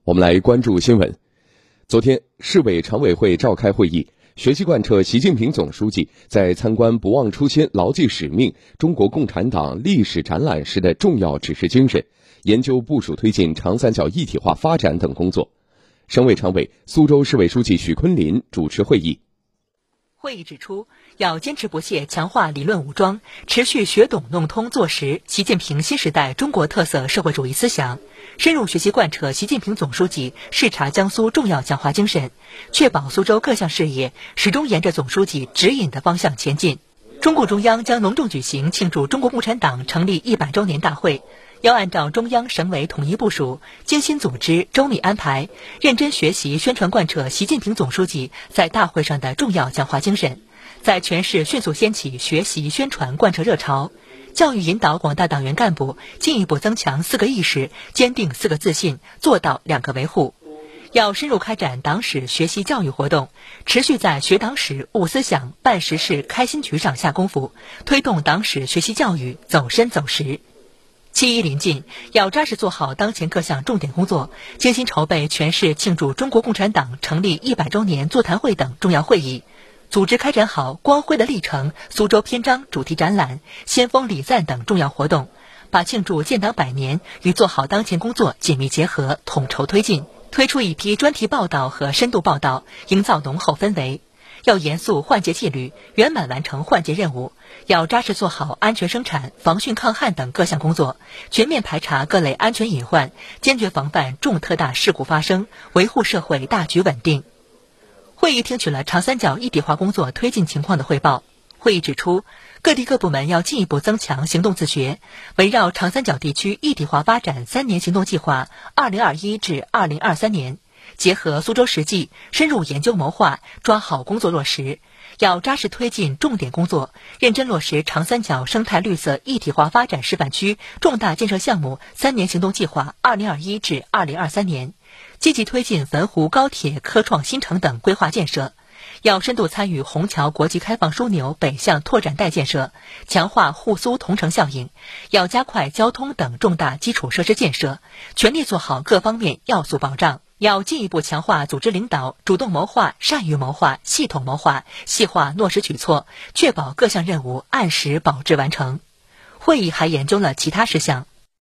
我们来关注新闻。昨天，市委常委会召开会议，学习贯彻习近平总书记在参观不忘初心、牢记使命中国共产党历史展览时的重要指示精神，研究部署推进长三角一体化发展等工作。省委常委、苏州市委书记许昆林主持会议。 会议指出，要坚持不懈强化理论武装，持续学懂弄通做实习近平新时代中国特色社会主义思想，深入学习贯彻习近平总书记视察江苏重要讲话精神，确保苏州各项事业始终沿着总书记指引的方向前进。中共中央将隆重举行庆祝中国共产党成立100周年大会，要按照中央省委统一部署，精心组织，周密安排，认真学习宣传贯彻习近平总书记在大会上的重要讲话精神，在全市迅速掀起学习宣传贯彻热潮，教育引导广大党员干部进一步增强4个意识，坚定4个自信，做到2个维护。要深入开展党史学习教育活动，持续在学党史、悟思想、办实事、开新局上下功夫，推动党史学习教育走深走实。7.1临近，要扎实做好当前各项重点工作，精心筹备全市庆祝中国共产党成立100周年座谈会等重要会议，组织开展好光辉的历程、苏州篇章主题展览、先锋礼赞等重要活动，把庆祝建党100年与做好当前工作紧密结合，统筹推进，推出一批专题报道和深度报道，营造浓厚氛围。要严肃换届纪律，圆满完成换届任务，要扎实做好安全生产、防汛抗旱等各项工作，全面排查各类安全隐患，坚决防范重特大事故发生，维护社会大局稳定。会议听取了长三角一体化工作推进情况的汇报。会议指出，各地各部门要进一步增强行动自学，围绕长三角地区一体化发展3年行动计划2021至2023年，结合苏州实际，深入研究谋划，抓好工作落实。要扎实推进重点工作，认真落实长三角生态绿色一体化发展示范区重大建设项目3年行动计划2021至2023年，积极推进汾湖高铁科创新城等规划建设。要深度参与虹桥国际开放枢纽北向拓展带建设，强化沪苏同城效应。要加快交通等重大基础设施建设，全力做好各方面要素保障。要进一步强化组织领导，主动谋划、善于谋划、系统谋划、细化落实举措，确保各项任务按时保质完成。会议还研究了其他事项。